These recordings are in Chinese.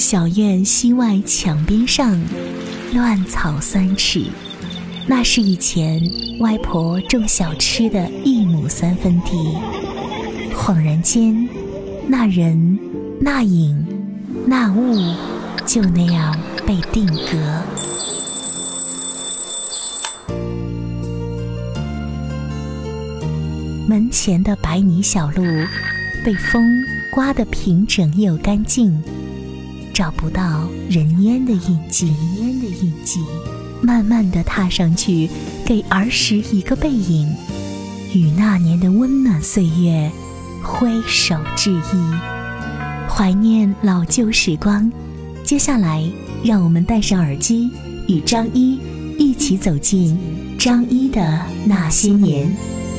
小院西外墙边上，乱草3尺，那是以前外婆种小吃的1亩3分地。恍然间，那人、那影、那物就那样被定格。门前的白泥小路被风刮得平整又干净，找不到人烟的印记。慢慢地踏上去，给儿时一个背影，与那年的温暖岁月挥手致意，怀念老旧时光。接下来让我们戴上耳机，与张一一起走进张一的那些年。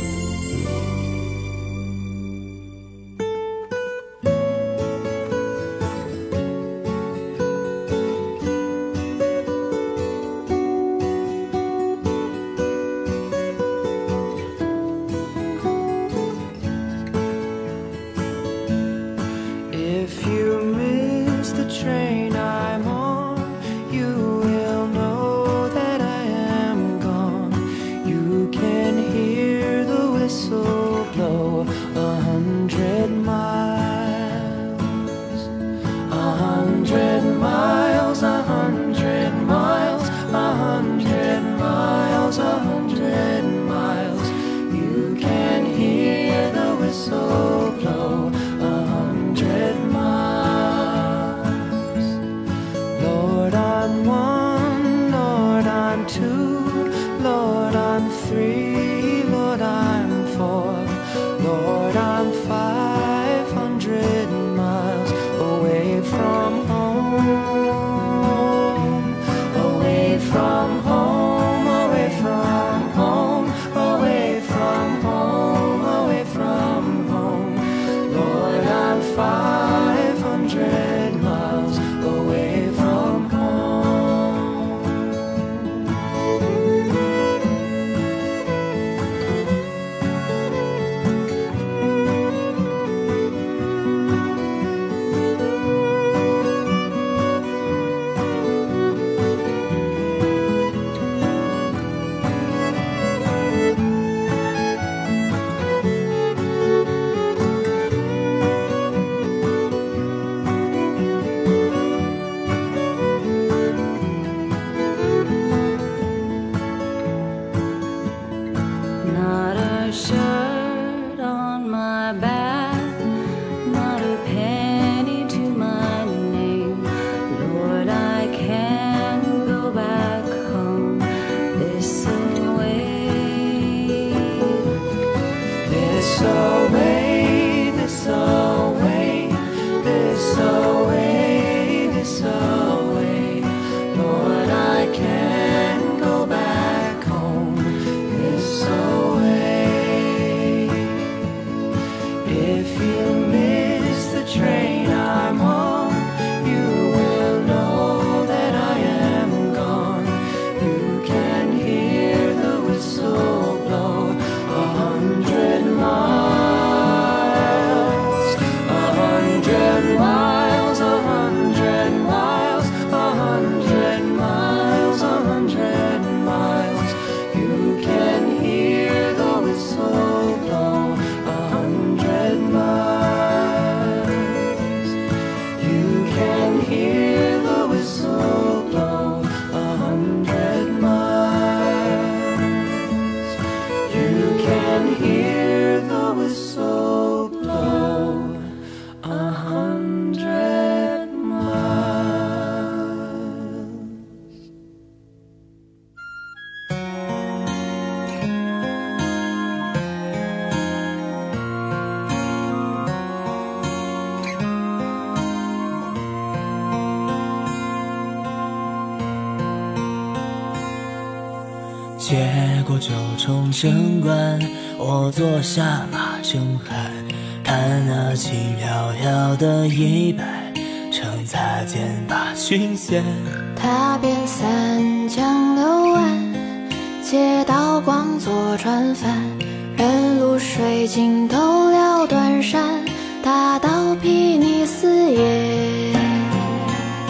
接过九重城关，我坐下马正酣，看那轻飘飘的衣摆，撑擦肩把裙掀。 踏遍三江六岸，借刀光坐船帆，任露水尽头了断山，大道睥睨四野。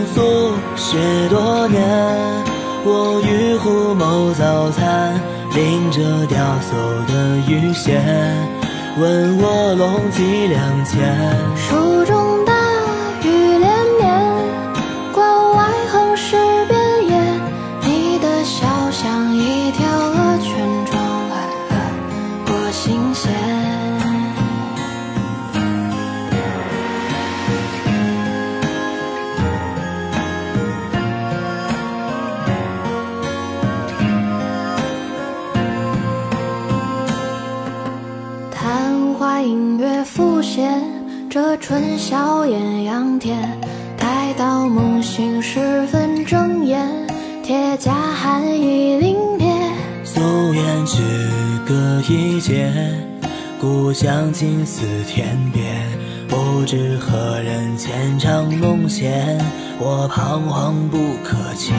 宿雪多年，我与虎谋早餐，淋着雕叟的鱼线，问我龙几两钱。 书中大雨连绵，关外横尸遍野，你的笑像一条鹅圈装过心弦。昙花隐约浮现，这春宵艳阳天，待到梦醒时分睁眼，铁甲寒意凛冽。 夙愿只隔一劫，故乡近似天边，不知何人牵肠弄弦，我彷徨不可前。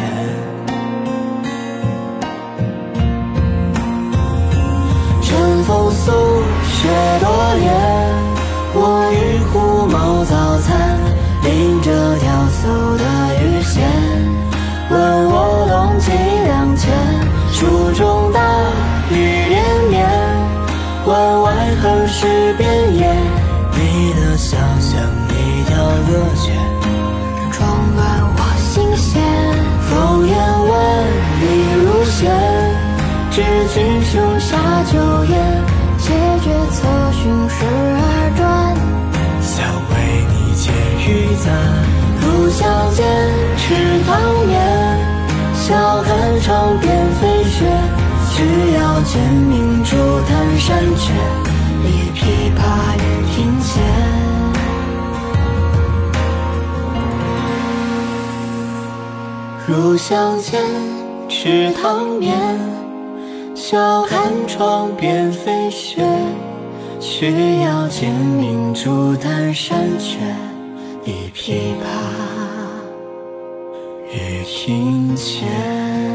晨风宿雪多年，我与虎谋早餐，淋着雕叟的鱼线，问我龙几两钱。书中大雨连绵，关外横尸遍野，你的笑像一条鹅圈， 装满我心弦。 烽烟万里如线，知君胸下酒宴，解决策寻时而转，想为你解玉簪。路相见池塘面，笑看长鞭飞雪，只要见明珠弹山雀，立琵琶于庭前。如相见池塘面，笑看窗边飞雪，却要见明珠弹山雀，立琵琶于庭前。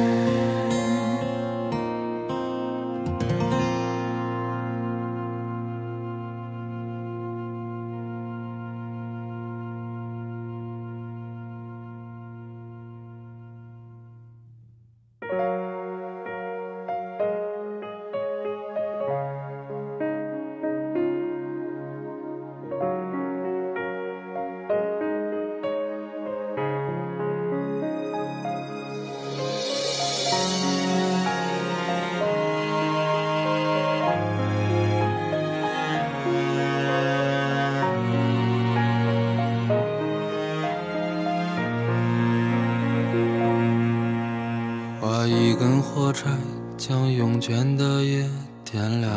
画一根火柴，将慵倦的夜点亮，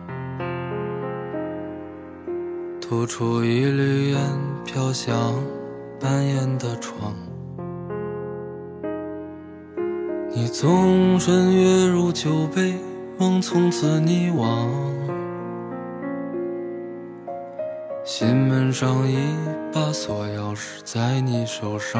吐出一缕烟，飘向半掩的窗。你纵身跃入酒杯，梦从此溺亡。心门上一把锁钥匙在你手上，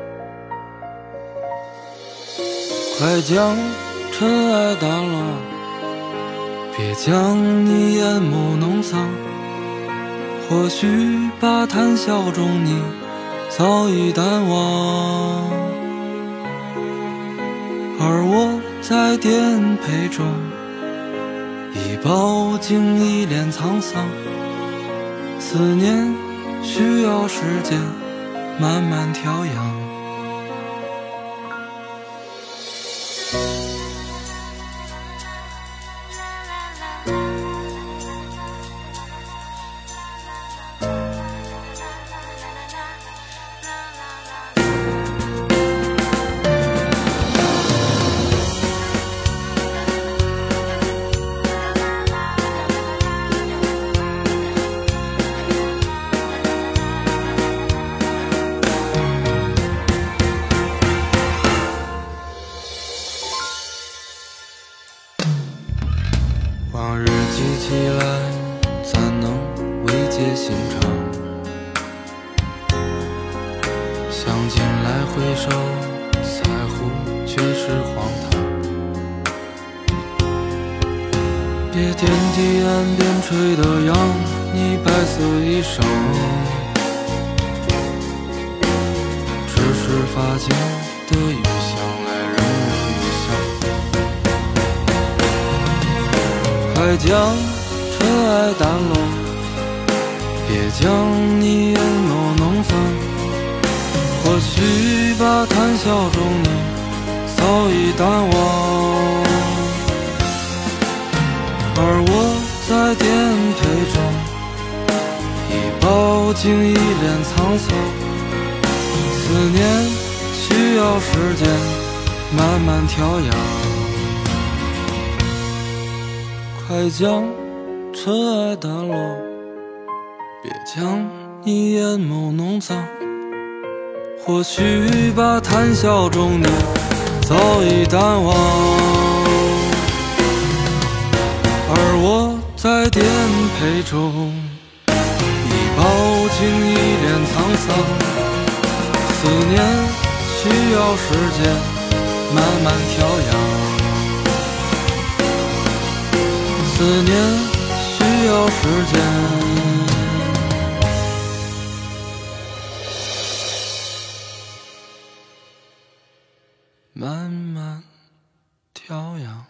快将尘埃掸落，别将你眼眸弄脏。或许把谈笑中你早已淡忘，而我在颠沛中已饱经一脸沧桑。思念需要时间慢慢调养。往日记起来，怎能慰藉心肠？想起来回首，在乎却是荒唐。别惦记岸边吹的扬，你白色衣裳，只是发间的雨香来人人余香。快将尘埃掸落，别将你眼眸弄脏。或许把谈笑中你早已淡忘，而我在颠沛中已饱经一脸沧桑。思念需要时间慢慢调养，快将尘埃掸落，别将你眼眸弄脏。或许把谈笑中你早已淡忘，而我在颠沛中已饱经一脸沧桑。思念需要时间慢慢调养，思念需要时间慢慢调养。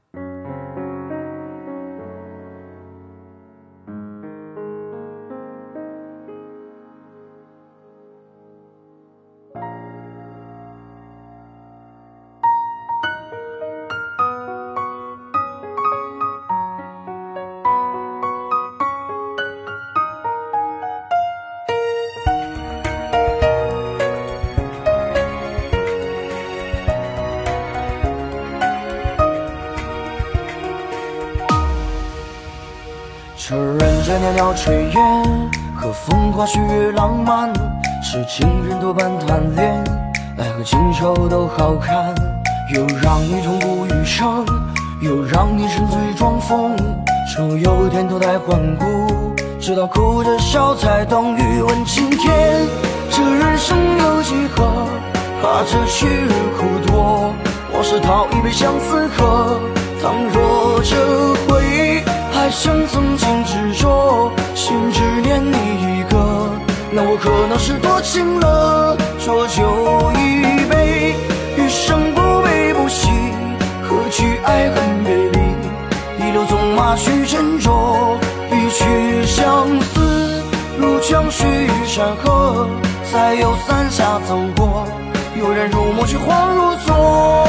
这人间袅袅炊烟和风花雪月浪漫，是情人多半贪恋，爱和情愁都好看。又让你痛不欲生，又让你沉醉装疯，说有天脱胎换骨，直到哭着笑才懂欲问青天。这人生有几何，怕这去日苦多，我是讨一杯相思喝。倘若这回忆还像曾经执着，心只念你一个，那我可能是多情了。浊酒一杯，余生不悲不喜，何惧爱恨别离？一溜纵马去斟酌，一曲相思如江水与山河。再有三下走过，悠然入梦却恍如昨。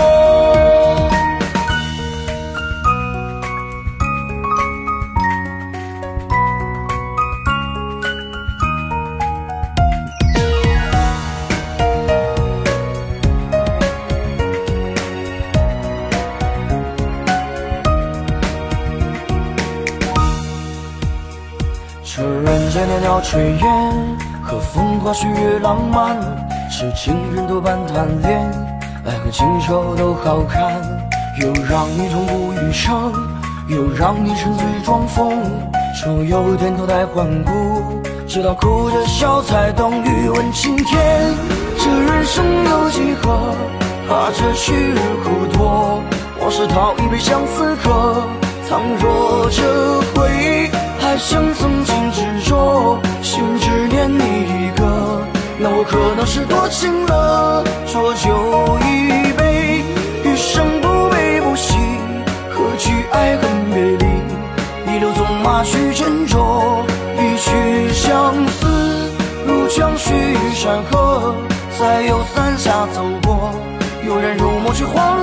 这人间袅袅炊烟和风花雪月浪漫，是情人多半贪恋，爱和情愁都好看。又让你痛不欲生，又让你沉醉装疯，说有天脱胎换骨，直到哭着笑才懂欲问青天。这人生有几何，怕这去日苦多，我是讨一杯相思喝。倘若这回忆还像曾经执着，心只念你一个，那我可能是多情了。浊酒一杯，余生不悲不喜，何惧爱恨别离？一溜纵马去斟酌，一曲相思如江水与山河。再有三下走过，悠然入梦却恍